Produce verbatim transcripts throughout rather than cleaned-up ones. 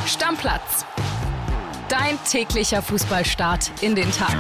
Stammplatz. Dein täglicher Fußballstart in den Tag.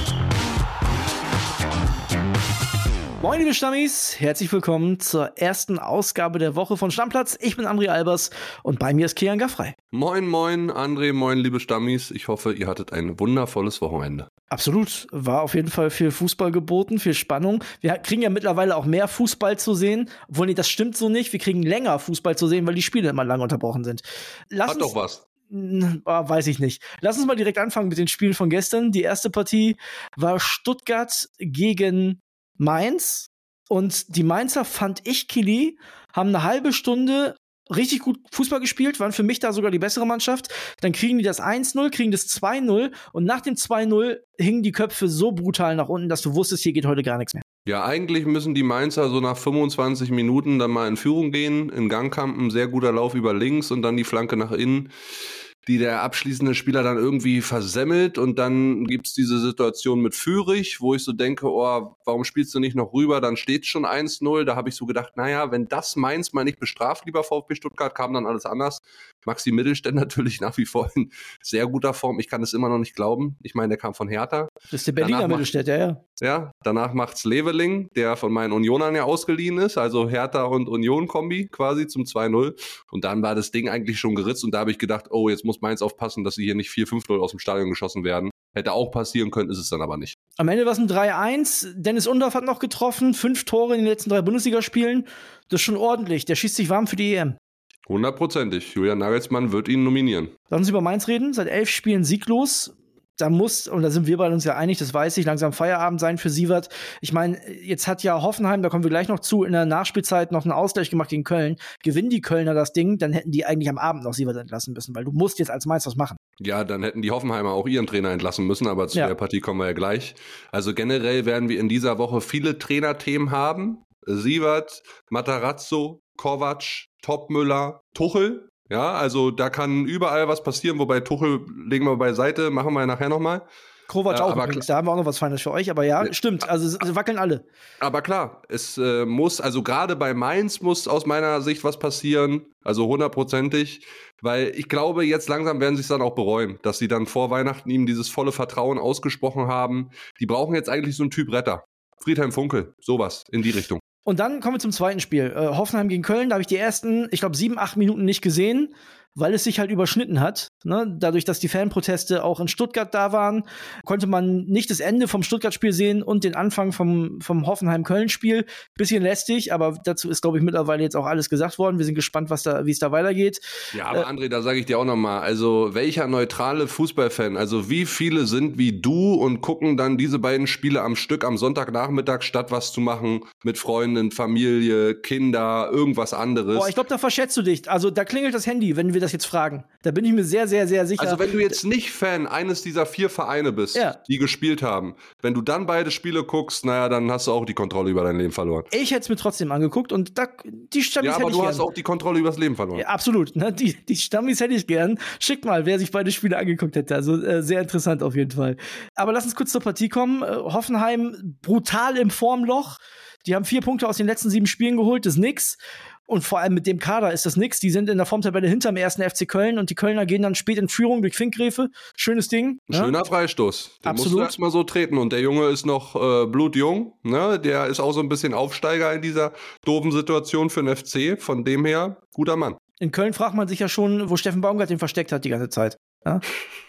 Moin liebe Stammis, herzlich willkommen zur ersten Ausgabe der Woche von Stammplatz. Ich bin André Albers und bei mir ist Kian Gaffrey. Moin, moin, André, moin, liebe Stammis. Ich hoffe, ihr hattet ein wundervolles Wochenende. Absolut, war auf jeden Fall viel Fußball geboten, viel Spannung. Wir kriegen ja mittlerweile auch mehr Fußball zu sehen. Obwohl, nee, das stimmt so nicht. Wir kriegen länger Fußball zu sehen, weil die Spiele immer lang unterbrochen sind. Lass Hat uns, doch was. Ah, weiß ich nicht. Lass uns mal direkt anfangen mit den Spielen von gestern. Die erste Partie war Stuttgart gegen Mainz. Und die Mainzer, fand ich, Kili, haben eine halbe Stunde richtig gut Fußball gespielt, waren für mich da sogar die bessere Mannschaft. Dann kriegen die das eins null, kriegen das zwei null und nach dem zwei null hingen die Köpfe so brutal nach unten, dass du wusstest, hier geht heute gar nichts mehr. Ja, eigentlich müssen die Mainzer so nach fünfundzwanzig Minuten dann mal in Führung gehen. In Gangkamp ein sehr guter Lauf über links und dann die Flanke nach innen, die der abschließende Spieler dann irgendwie versemmelt. Und dann gibt's diese Situation mit Führig, wo ich so denke, oh, warum spielst du nicht noch rüber? Dann steht's schon eins null. Da habe ich so gedacht, naja, wenn das Mainz mal nicht bestraft, lieber VfB Stuttgart, kam dann alles anders. Maxi Mittelstädt natürlich nach wie vor in sehr guter Form. Ich kann es immer noch nicht glauben. Ich meine, der kam von Hertha. Das ist der Berliner Mittelstädt, ja, ja. Ja, danach macht's Leveling, der von meinen Unionern ja ausgeliehen ist, also Hertha und Union-Kombi quasi zum zwei null. Und dann war das Ding eigentlich schon geritzt und da habe ich gedacht, oh, jetzt muss Mainz aufpassen, dass sie hier nicht vier fünf null aus dem Stadion geschossen werden. Hätte auch passieren können, ist es dann aber nicht. Am Ende war es ein drei eins. Dennis Undorf hat noch getroffen, fünf Tore in den letzten drei Bundesligaspielen. Das ist schon ordentlich. Der schießt sich warm für die E M. Hundertprozentig. Julian Nagelsmann wird ihn nominieren. Lass uns über Mainz reden. Seit elf Spielen sieglos. Da muss, und da sind wir bei uns ja einig, das weiß ich, langsam Feierabend sein für Siewert. Ich meine, jetzt hat ja Hoffenheim, da kommen wir gleich noch zu, in der Nachspielzeit noch einen Ausgleich gemacht gegen Köln. Gewinnen die Kölner das Ding, dann hätten die eigentlich am Abend noch Siewert entlassen müssen, weil du musst jetzt als Mainz was machen. Ja, dann hätten die Hoffenheimer auch ihren Trainer entlassen müssen, aber zu ja. der Partie kommen wir ja gleich. Also generell werden wir in dieser Woche viele Trainerthemen haben. Siewert, Matarazzo, Kovac, Topmüller, Tuchel. Ja, also da kann überall was passieren, wobei Tuchel legen wir beiseite, machen wir nachher nochmal. Kovac äh, auch aber übrigens, da haben wir auch noch was Feines für euch, aber ja, ja stimmt, also sie wackeln alle. Aber klar, es äh, muss, also gerade bei Mainz muss aus meiner Sicht was passieren, also hundertprozentig, weil ich glaube, jetzt langsam werden sie es dann auch bereuen, dass sie dann vor Weihnachten ihm dieses volle Vertrauen ausgesprochen haben. Die brauchen jetzt eigentlich so einen Typ Retter. Friedhelm Funkel, sowas in die Richtung. Und dann kommen wir zum zweiten Spiel. Äh, Hoffenheim gegen Köln, da habe ich die ersten, ich glaube, sieben, acht Minuten nicht gesehen, weil es sich halt überschnitten hat. Ne? Dadurch, dass die Fanproteste auch in Stuttgart da waren, konnte man nicht das Ende vom Stuttgart-Spiel sehen und den Anfang vom, vom Hoffenheim-Köln-Spiel. Bisschen lästig, aber dazu ist, glaube ich, mittlerweile jetzt auch alles gesagt worden. Wir sind gespannt, was da, wie es da weitergeht. Ja, aber äh, André, da sage ich dir auch nochmal, also welcher neutrale Fußballfan, also wie viele sind wie du und gucken dann diese beiden Spiele am Stück am Sonntagnachmittag, statt was zu machen mit Freunden, Familie, Kinder, irgendwas anderes. Boah, ich glaube, da verschätzt du dich. Also da klingelt das Handy, wenn wir das jetzt fragen. Da bin ich mir sehr, sehr, sehr sicher. Also wenn du jetzt nicht Fan eines dieser vier Vereine bist, ja. die gespielt haben, wenn du dann beide Spiele guckst, naja, dann hast du auch die Kontrolle über dein Leben verloren. Ich hätte es mir trotzdem angeguckt und da, die Stammis ja, hätte ich gern. Ja, aber du hast auch die Kontrolle über das Leben verloren. Ja, absolut. Ne? Die, die Stammis hätte ich gern. Schickt mal, wer sich beide Spiele angeguckt hätte. Also äh, sehr interessant auf jeden Fall. Aber lass uns kurz zur Partie kommen. Äh, Hoffenheim brutal im Formloch. Die haben vier Punkte aus den letzten sieben Spielen geholt, das ist nix. Und vor allem mit dem Kader ist das nix. Die sind in der Formtabelle hinterm ersten F C Köln und die Kölner gehen dann spät in Führung durch Finkgräfe. Schönes Ding. Ein schöner ja? Freistoß. Den Absolut. musst du erstmal so treten. Und der Junge ist noch äh, blutjung. Ne? Der ist auch so ein bisschen Aufsteiger in dieser doofen Situation für den F C. Von dem her, guter Mann. In Köln fragt man sich ja schon, wo Steffen Baumgart den versteckt hat die ganze Zeit. Ja?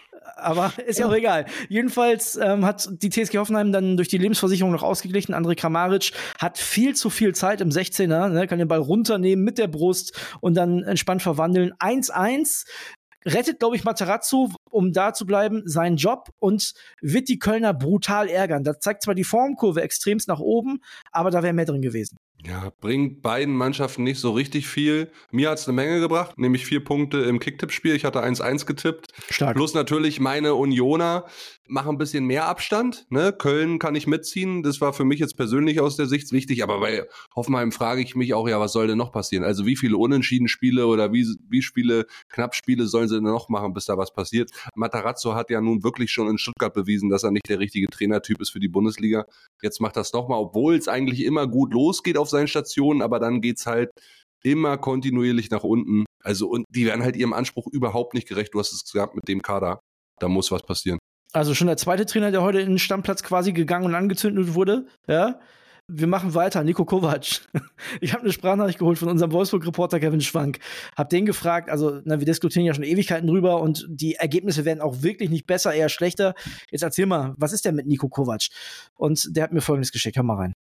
Aber ist ja auch egal. Jedenfalls ähm, hat die T S G Hoffenheim dann durch die Lebensversicherung noch ausgeglichen. André Kramaric hat viel zu viel Zeit im sechzehner, ne, kann den Ball runternehmen mit der Brust und dann entspannt verwandeln. eins eins rettet, glaube ich, Matarazzo, um da zu bleiben, seinen Job und wird die Kölner brutal ärgern. Das zeigt zwar die Formkurve extremst nach oben, aber da wäre mehr drin gewesen. Ja, bringt beiden Mannschaften nicht so richtig viel. Mir hat's eine Menge gebracht, nämlich vier Punkte im Kicktipp-Spiel. Ich hatte eins eins getippt. Stark. Plus natürlich meine Unioner machen ein bisschen mehr Abstand. Ne? Köln kann ich mitziehen. Das war für mich jetzt persönlich aus der Sicht wichtig. Aber bei Hoffenheim frage ich mich auch, ja, was soll denn noch passieren? Also wie viele Unentschieden-Spiele oder wie, wie viele Knappspiele sollen sie denn noch machen, bis da was passiert? Matarazzo hat ja nun wirklich schon in Stuttgart bewiesen, dass er nicht der richtige Trainertyp ist für die Bundesliga. Jetzt macht das nochmal, obwohl es eigentlich immer gut losgeht auf seinen Stationen, aber dann geht's halt immer kontinuierlich nach unten. Also, und die werden halt ihrem Anspruch überhaupt nicht gerecht. Du hast es gesagt, mit dem Kader, da muss was passieren. Also schon der zweite Trainer, der heute in den Stammplatz quasi gegangen und angezündet wurde, ja. Wir machen weiter, Niko Kovac. Ich habe eine Sprachnachricht geholt von unserem Wolfsburg-Reporter Kevin Schwank. Hab den gefragt, also na, wir diskutieren ja schon Ewigkeiten drüber und die Ergebnisse werden auch wirklich nicht besser, eher schlechter. Jetzt erzähl mal, was ist denn mit Niko Kovac? Und der hat mir Folgendes geschickt, hör mal rein.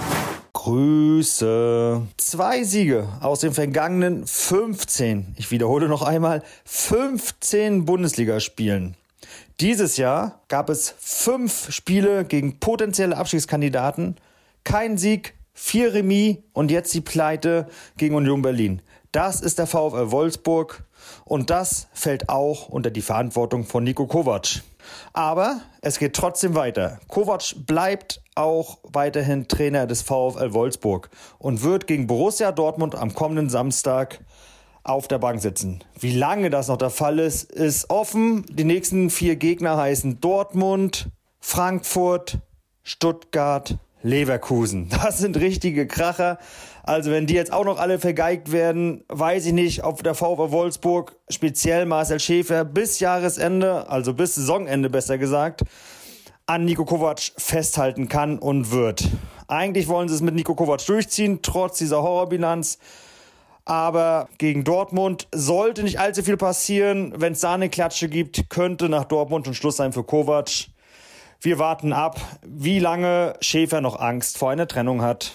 Grüße. Zwei Siege aus den vergangenen fünfzehn, ich wiederhole noch einmal, fünfzehn Bundesligaspielen. Dieses Jahr gab es fünf Spiele gegen potenzielle Abstiegskandidaten, kein Sieg, vier Remis und jetzt die Pleite gegen Union Berlin. Das ist der VfL Wolfsburg und das fällt auch unter die Verantwortung von Niko Kovac. Aber es geht trotzdem weiter. Kovac bleibt auch weiterhin Trainer des VfL Wolfsburg und wird gegen Borussia Dortmund am kommenden Samstag auf der Bank sitzen. Wie lange das noch der Fall ist, ist offen. Die nächsten vier Gegner heißen Dortmund, Frankfurt, Stuttgart, Leverkusen. Das sind richtige Kracher. Also wenn die jetzt auch noch alle vergeigt werden, weiß ich nicht, ob der VfL Wolfsburg, speziell Marcel Schäfer, bis Jahresende, also bis Saisonende besser gesagt, an Niko Kovac festhalten kann und wird. Eigentlich wollen sie es mit Niko Kovac durchziehen, trotz dieser Horrorbilanz. Aber gegen Dortmund sollte nicht allzu viel passieren. Wenn es da eine Klatsche gibt, könnte nach Dortmund schon Schluss sein für Kovac. Wir warten ab, wie lange Schäfer noch Angst vor einer Trennung hat.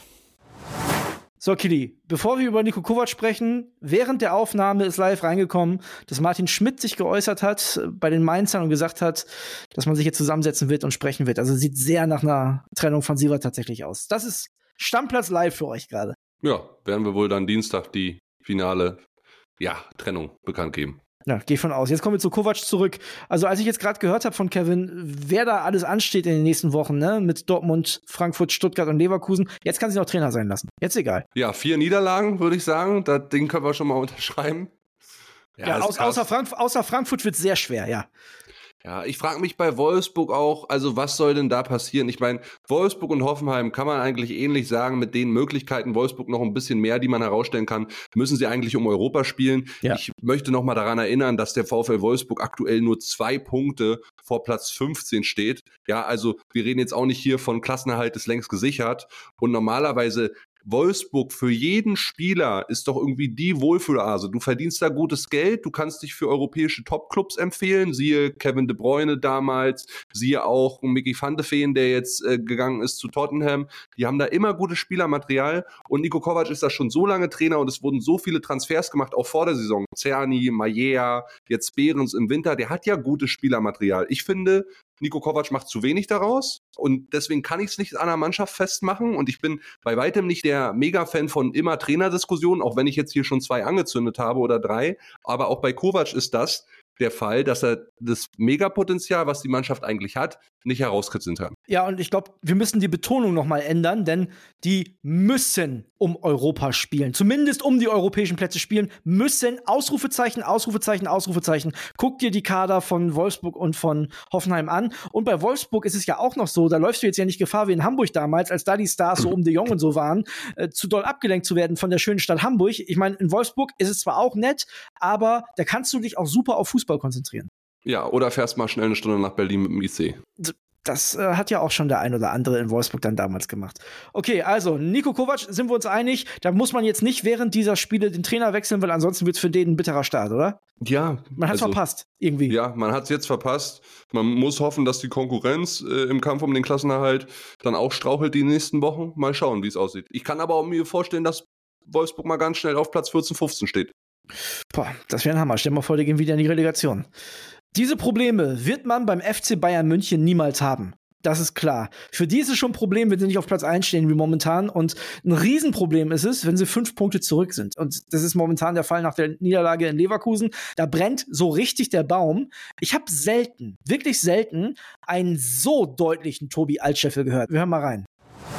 So, Kili, bevor wir über Niko Kovac sprechen, während der Aufnahme ist live reingekommen, dass Martin Schmidt sich geäußert hat bei den Mainzern und gesagt hat, dass man sich jetzt zusammensetzen wird und sprechen wird. Also sieht sehr nach einer Trennung von Sievert tatsächlich aus. Das ist Stammplatz live für euch gerade. Ja, werden wir wohl dann Dienstag die finale, ja, Trennung bekannt geben. Ja, geh von aus. Jetzt kommen wir zu Kovac zurück. Also als ich jetzt gerade gehört habe von Kevin, wer da alles ansteht in den nächsten Wochen, ne, mit Dortmund, Frankfurt, Stuttgart und Leverkusen, jetzt kann sie noch Trainer sein lassen. Jetzt egal. Ja, vier Niederlagen, würde ich sagen. Das Ding können wir schon mal unterschreiben. Ja, ja aus, außer, Frank- außer Frankfurt wird es sehr schwer, ja. Ja, ich frage mich bei Wolfsburg auch, also was soll denn da passieren? Ich meine, Wolfsburg und Hoffenheim kann man eigentlich ähnlich sagen, mit den Möglichkeiten Wolfsburg noch ein bisschen mehr, die man herausstellen kann, müssen sie eigentlich um Europa spielen. Ja. Ich möchte noch mal daran erinnern, dass der VfL Wolfsburg aktuell nur zwei Punkte vor Platz fünfzehn steht. Ja, also wir reden jetzt auch nicht hier von Klassenerhalt, ist längst gesichert. Und normalerweise Wolfsburg für jeden Spieler ist doch irgendwie die Wohlfühlase. Du verdienst da gutes Geld, du kannst dich für europäische Topclubs empfehlen, siehe Kevin De Bruyne damals, siehe auch Micky van de Ven, der jetzt äh, gegangen ist zu Tottenham. Die haben da immer gutes Spielermaterial und Niko Kovac ist da schon so lange Trainer und es wurden so viele Transfers gemacht, auch vor der Saison. Czerny, Majea, jetzt Behrens im Winter, der hat ja gutes Spielermaterial. Ich finde, Niko Kovac macht zu wenig daraus und deswegen kann ich es nicht an der Mannschaft festmachen und ich bin bei weitem nicht der Mega-Fan von immer Trainerdiskussionen, auch wenn ich jetzt hier schon zwei angezündet habe oder drei, aber auch bei Kovac ist das der Fall, dass er das Megapotenzial, was die Mannschaft eigentlich hat, nicht herauskitzeln kann. Ja, und ich glaube, wir müssen die Betonung nochmal ändern, denn die müssen um Europa spielen. Zumindest um die europäischen Plätze spielen, müssen. Ausrufezeichen, Ausrufezeichen, Ausrufezeichen. Guck dir die Kader von Wolfsburg und von Hoffenheim an. Und bei Wolfsburg ist es ja auch noch so, da läufst du jetzt ja nicht Gefahr wie in Hamburg damals, als da die Stars so um De Jong und so waren, äh, zu doll abgelenkt zu werden von der schönen Stadt Hamburg. Ich meine, in Wolfsburg ist es zwar auch nett, aber da kannst du dich auch super auf Fußball konzentrieren. Ja, oder fährst mal schnell eine Stunde nach Berlin mit dem I C. Das äh, hat ja auch schon der ein oder andere in Wolfsburg dann damals gemacht. Okay, also Niko Kovac, sind wir uns einig, da muss man jetzt nicht während dieser Spiele den Trainer wechseln, weil ansonsten wird es für den ein bitterer Start, oder? Ja. Man hat es also verpasst, irgendwie. Ja, man hat es jetzt verpasst. Man muss hoffen, dass die Konkurrenz äh, im Kampf um den Klassenerhalt dann auch strauchelt die nächsten Wochen. Mal schauen, wie es aussieht. Ich kann aber auch mir vorstellen, dass Wolfsburg mal ganz schnell auf Platz vierzehn, fünfzehn steht. Boah, das wäre ein Hammer. Stell dir mal vor, die gehen wieder in die Relegation. Diese Probleme wird man beim F C Bayern München niemals haben. Das ist klar. Für die ist es schon ein Problem, wenn sie nicht auf Platz eins stehen wie momentan. Und ein Riesenproblem ist es, wenn sie fünf Punkte zurück sind. Und das ist momentan der Fall nach der Niederlage in Leverkusen. Da brennt so richtig der Baum. Ich habe selten, wirklich selten, einen so deutlichen Tobi Altscheffel gehört. Wir hören mal rein.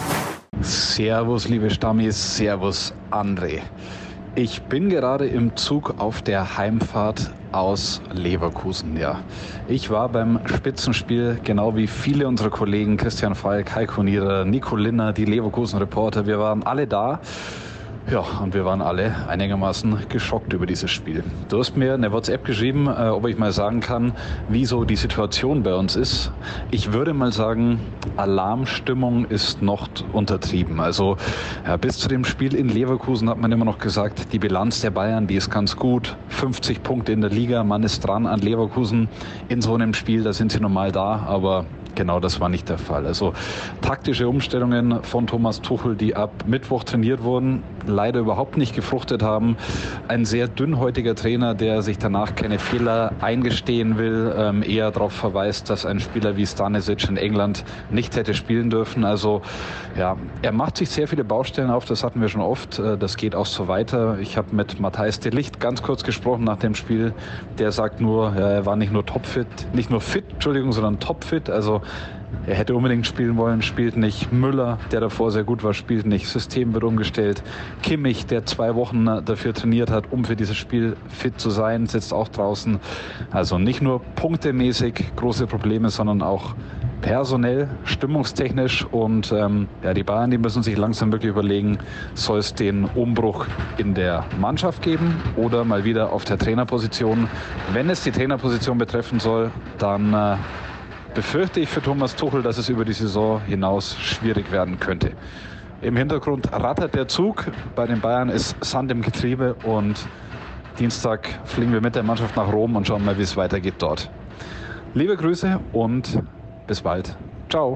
Servus, liebe Stammis. Servus, André. Ich bin gerade im Zug auf der Heimfahrt aus Leverkusen, ja. Ich war beim Spitzenspiel, genau wie viele unserer Kollegen, Christian Falk, Heiko Nieder, Nico Linner, die Leverkusen-Reporter, wir waren alle da. Ja, und wir waren alle einigermaßen geschockt über dieses Spiel. Du hast mir eine WhatsApp geschrieben, äh, ob ich mal sagen kann, wie so die Situation bei uns ist. Ich würde mal sagen, Alarmstimmung ist noch untertrieben. Also ja, bis zu dem Spiel in Leverkusen hat man immer noch gesagt, die Bilanz der Bayern, die ist ganz gut. fünfzig Punkte in der Liga, man ist dran an Leverkusen. In so einem Spiel, da sind sie normal da, aber genau das war nicht der Fall. Also taktische Umstellungen von Thomas Tuchel, die ab Mittwoch trainiert wurden, leider überhaupt nicht gefruchtet haben. Ein sehr dünnhäutiger Trainer, der sich danach keine Fehler eingestehen will, ähm, eher darauf verweist, dass ein Spieler wie Stanisic in England nicht hätte spielen dürfen. Also ja, er macht sich sehr viele Baustellen auf, das hatten wir schon oft. Das geht auch so weiter. Ich habe mit Matthijs de Ligt ganz kurz gesprochen nach dem Spiel. Der sagt nur, ja, er war nicht nur topfit, nicht nur fit, Entschuldigung, sondern topfit. Also er hätte unbedingt spielen wollen, spielt nicht. Müller, der davor sehr gut war, spielt nicht. System wird umgestellt. Kimmich, der zwei Wochen dafür trainiert hat, um für dieses Spiel fit zu sein, sitzt auch draußen. Also nicht nur punktemäßig große Probleme, sondern auch personell, stimmungstechnisch. Und ähm, ja, die Bayern, die müssen sich langsam wirklich überlegen, soll es den Umbruch in der Mannschaft geben oder mal wieder auf der Trainerposition. Wenn es die Trainerposition betreffen soll, dann äh, befürchte ich für Thomas Tuchel, dass es über die Saison hinaus schwierig werden könnte. Im Hintergrund rattert der Zug. Bei den Bayern ist Sand im Getriebe und Dienstag fliegen wir mit der Mannschaft nach Rom und schauen mal, wie es weitergeht dort. Liebe Grüße und bis bald. Ciao.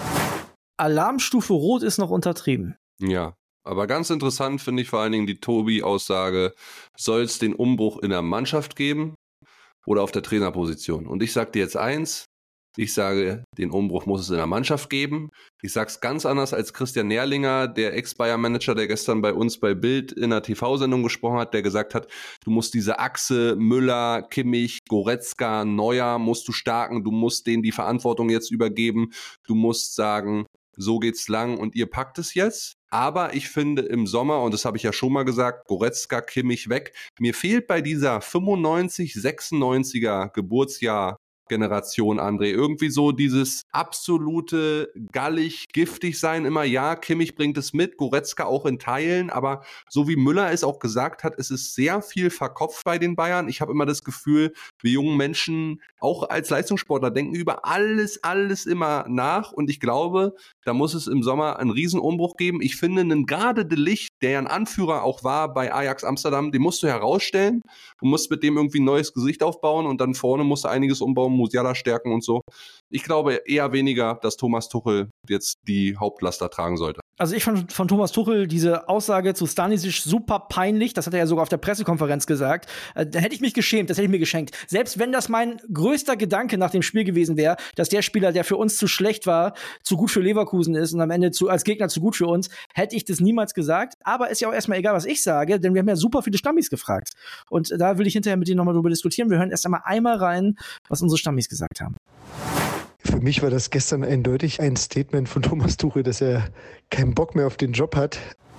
Alarmstufe Rot ist noch untertrieben. Ja, aber ganz interessant finde ich vor allen Dingen die Tobi-Aussage, soll es den Umbruch in der Mannschaft geben oder auf der Trainerposition? Und ich sage dir jetzt eins, ich sage, den Umbruch muss es in der Mannschaft geben. Ich sage es ganz anders als Christian Nährlinger, der Ex-Bayern-Manager, der gestern bei uns bei Bild in einer T V-Sendung gesprochen hat, der gesagt hat, du musst diese Achse Müller, Kimmich, Goretzka, Neuer musst du stärken, du musst denen die Verantwortung jetzt übergeben, du musst sagen, so geht's lang und ihr packt es jetzt. Aber ich finde im Sommer, und das habe ich ja schon mal gesagt, Goretzka, Kimmich weg, mir fehlt bei dieser fünfundneunzig, sechsundneunziger Geburtsjahr Generation, André. Irgendwie so dieses absolute gallig, giftig sein immer. Ja, Kimmich bringt es mit, Goretzka auch in Teilen, aber so wie Müller es auch gesagt hat, es ist sehr viel verkopft bei den Bayern. Ich habe immer das Gefühl, wir jungen Menschen, auch als Leistungssportler, denken über alles, alles immer nach und ich glaube, da muss es im Sommer einen Riesenumbruch geben. Ich finde, einen gerade de Ligt, der ja ein Anführer auch war bei Ajax Amsterdam, den musst du herausstellen und musst mit dem irgendwie ein neues Gesicht aufbauen und dann vorne musst du einiges umbauen, Musiala stärken und so. Ich glaube eher weniger, dass Thomas Tuchel jetzt die Hauptlast da tragen sollte. Also ich fand von Thomas Tuchel diese Aussage zu Stanisic super peinlich. Das hat er ja sogar auf der Pressekonferenz gesagt. Äh, da hätte ich mich geschämt, das hätte ich mir geschenkt. Selbst wenn das mein größter Gedanke nach dem Spiel gewesen wäre, dass der Spieler, der für uns zu schlecht war, zu gut für Leverkusen ist und am Ende zu, als Gegner zu gut für uns, hätte ich das niemals gesagt. Aber ist ja auch erstmal egal, was ich sage, denn wir haben ja super viele Stammis gefragt. Und da will ich hinterher mit denen nochmal drüber diskutieren. Wir hören erst einmal einmal rein, was unsere Stammis gesagt haben. Für mich war das gestern eindeutig ein Statement von Thomas Tuchel, dass er keinen Bock mehr auf den Job hat.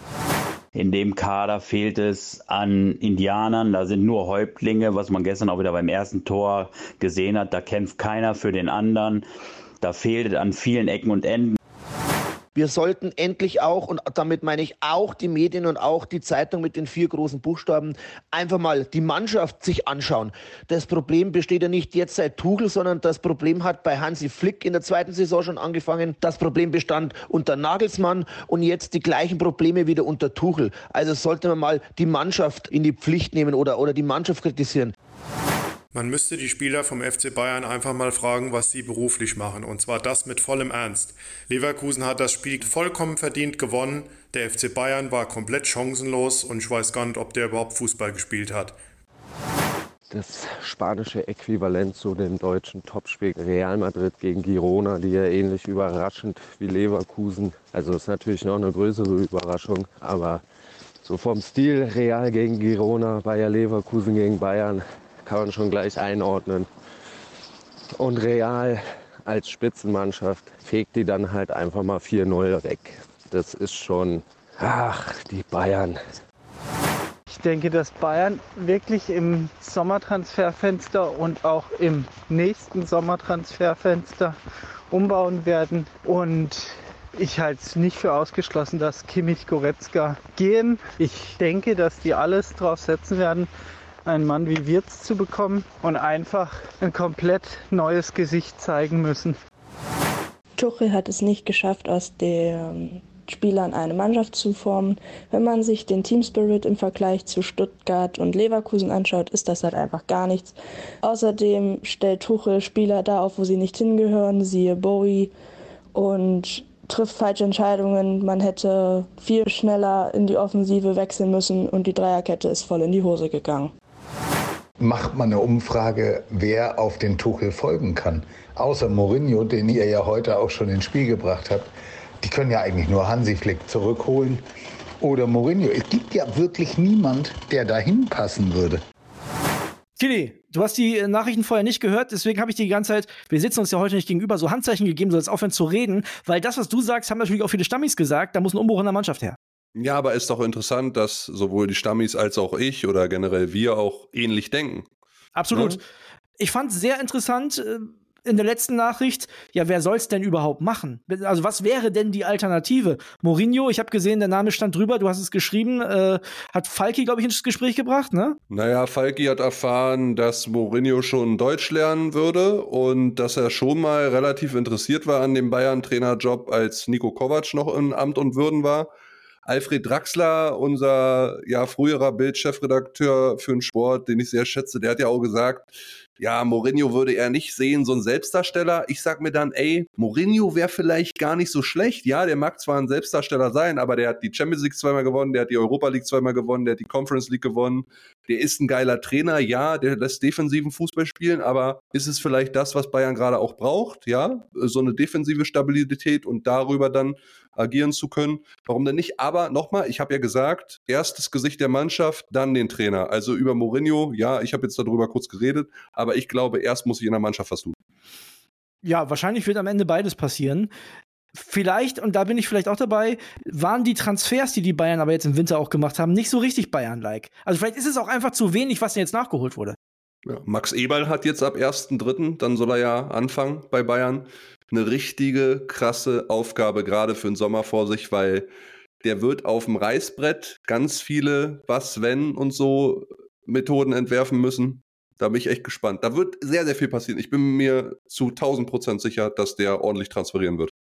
In dem Kader fehlt es an Indianern, da sind nur Häuptlinge, was man gestern auch wieder beim ersten Tor gesehen hat. Da kämpft keiner für den anderen, da fehlt es an vielen Ecken und Enden. Wir sollten endlich auch, und damit meine ich auch die Medien und auch die Zeitung mit den vier großen Buchstaben, einfach mal die Mannschaft sich anschauen. Das Problem besteht ja nicht jetzt seit Tuchel, sondern das Problem hat bei Hansi Flick in der zweiten Saison schon angefangen. Das Problem bestand unter Nagelsmann und jetzt die gleichen Probleme wieder unter Tuchel. Also sollte man mal die Mannschaft in die Pflicht nehmen oder, oder die Mannschaft kritisieren. Man müsste die Spieler vom F C Bayern einfach mal fragen, was sie beruflich machen. Und zwar das mit vollem Ernst. Leverkusen hat das Spiel vollkommen verdient gewonnen. Der F C Bayern war komplett chancenlos und ich weiß gar nicht, ob der überhaupt Fußball gespielt hat. Das spanische Äquivalent zu dem deutschen Topspiel Real Madrid gegen Girona, die ja ähnlich überraschend wie Leverkusen. Also ist natürlich noch eine größere Überraschung, aber so vom Stil Real gegen Girona, Bayer Leverkusen gegen Bayern, kann man schon gleich einordnen. Und Real als Spitzenmannschaft fegt die dann halt einfach mal vier null weg. Das ist schon, ach, die Bayern. Ich denke, dass Bayern wirklich im Sommertransferfenster und auch im nächsten Sommertransferfenster umbauen werden und Ich halte es nicht für ausgeschlossen, dass Kimmich, Goretzka gehen. Ich denke, dass die alles drauf setzen werden, einen Mann wie Wirtz zu bekommen und einfach ein komplett neues Gesicht zeigen müssen. Tuchel hat es nicht geschafft, aus den Spielern eine Mannschaft zu formen. Wenn man sich den Teamspirit im Vergleich zu Stuttgart und Leverkusen anschaut, ist das halt einfach gar nichts. Außerdem stellt Tuchel Spieler da auf, wo sie nicht hingehören, siehe Bowie, und trifft falsche Entscheidungen. Man hätte viel schneller in die Offensive wechseln müssen und die Dreierkette ist voll in die Hose gegangen. Macht man eine Umfrage, wer auf den Tuchel folgen kann. Außer Mourinho, den ihr ja heute auch schon ins Spiel gebracht habt. Die können ja eigentlich nur Hansi Flick zurückholen oder Mourinho. Es gibt ja wirklich niemand, der dahin passen würde. Tilly, du hast die Nachrichten vorher nicht gehört, deswegen habe ich die ganze Zeit, wir sitzen uns ja heute nicht gegenüber, so Handzeichen gegeben, soll jetzt aufhören zu reden, weil das, was du sagst, haben natürlich auch viele Stammis gesagt, da muss ein Umbruch in der Mannschaft her. Ja, aber ist doch interessant, dass sowohl die Stammis als auch ich oder generell wir auch ähnlich denken. Absolut. Ja? Ich fand es sehr interessant, äh, in der letzten Nachricht, ja, wer soll's denn überhaupt machen? Also was wäre denn die Alternative? Mourinho, ich habe gesehen, der Name stand drüber, du hast es geschrieben, äh, hat Falki, glaube ich, ins Gespräch gebracht, ne? Naja, Falki hat erfahren, dass Mourinho schon Deutsch lernen würde und dass er schon mal relativ interessiert war an dem Bayern-Trainerjob, als Niko Kovac noch in Amt und Würden war. Alfred Draxler, unser ja früherer Bild-Chefredakteur für den Sport, den ich sehr schätze, der hat ja auch gesagt, ja, Mourinho würde er nicht sehen, so ein Selbstdarsteller. Ich sag mir dann, ey, Mourinho wäre vielleicht gar nicht so schlecht. Ja, der mag zwar ein Selbstdarsteller sein, aber der hat die Champions League zweimal gewonnen, der hat die Europa League zweimal gewonnen, der hat die Conference League gewonnen. Der ist ein geiler Trainer, ja, der lässt defensiven Fußball spielen, aber ist es vielleicht das, was Bayern gerade auch braucht? Ja, so eine defensive Stabilität und darüber dann agieren zu können. Warum denn nicht? Aber nochmal, ich habe ja gesagt, erst das Gesicht der Mannschaft, dann den Trainer. Also über Mourinho, ja, ich habe jetzt darüber kurz geredet, aber ich glaube, erst muss ich in der Mannschaft was tun. Ja, wahrscheinlich wird am Ende beides passieren. Vielleicht, und da bin ich vielleicht auch dabei, waren die Transfers, die die Bayern aber jetzt im Winter auch gemacht haben, nicht so richtig Bayern-like. Also vielleicht ist es auch einfach zu wenig, was denn jetzt nachgeholt wurde. Ja, Max Eberl hat jetzt ab ersten dritten, dann soll er ja anfangen bei Bayern, eine richtige krasse Aufgabe gerade für den Sommer vor sich, weil der wird auf dem Reißbrett ganz viele Was-Wenn und so Methoden entwerfen müssen. Da bin ich echt gespannt. Da wird sehr, sehr viel passieren. Ich bin mir zu tausend Prozent sicher, dass der ordentlich transferieren wird.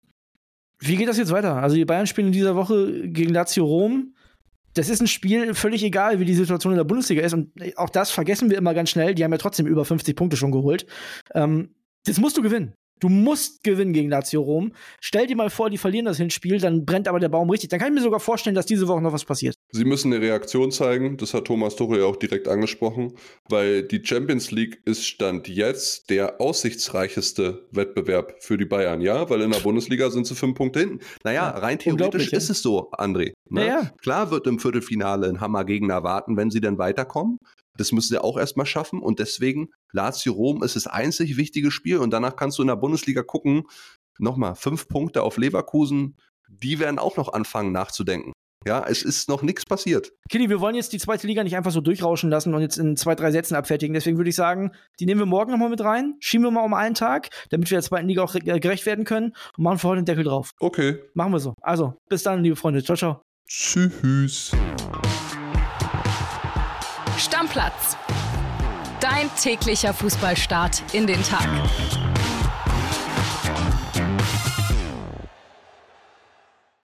Wie geht das jetzt weiter? Also die Bayern spielen in dieser Woche gegen Lazio Rom. Das ist ein Spiel, völlig egal, wie die Situation in der Bundesliga ist. Und auch das vergessen wir immer ganz schnell. Die haben ja trotzdem über fünfzig Punkte schon geholt. Ähm, das musst du gewinnen. Du musst gewinnen gegen Lazio Rom. Stell dir mal vor, die verlieren das Hinspiel, dann brennt aber der Baum richtig. Dann kann ich mir sogar vorstellen, dass diese Woche noch was passiert. Sie müssen eine Reaktion zeigen, das hat Thomas Tuchel ja auch direkt angesprochen, weil die Champions League ist Stand jetzt der aussichtsreicheste Wettbewerb für die Bayern, ja? Weil in der Bundesliga sind sie fünf Punkte hinten. Naja, rein theoretisch ist es so, André. Ne? Ja, ja. Klar wird im Viertelfinale ein Hammergegner warten, wenn sie dann weiterkommen. Das müssen sie auch erstmal schaffen und deswegen Lazio Rom ist das einzig wichtige Spiel und danach kannst du in der Bundesliga gucken, nochmal fünf Punkte auf Leverkusen, die werden auch noch anfangen nachzudenken. Ja, es ist noch nichts passiert. Kitty, wir wollen jetzt die zweite Liga nicht einfach so durchrauschen lassen und jetzt in zwei, drei Sätzen abfertigen. Deswegen würde ich sagen, die nehmen wir morgen nochmal mit rein, schieben wir mal um einen Tag, damit wir der zweiten Liga auch gerecht werden können und machen für heute den Deckel drauf. Okay. Machen wir so. Also, bis dann, liebe Freunde. Ciao, ciao. Tschüss. Stammplatz. Dein täglicher Fußballstart in den Tag.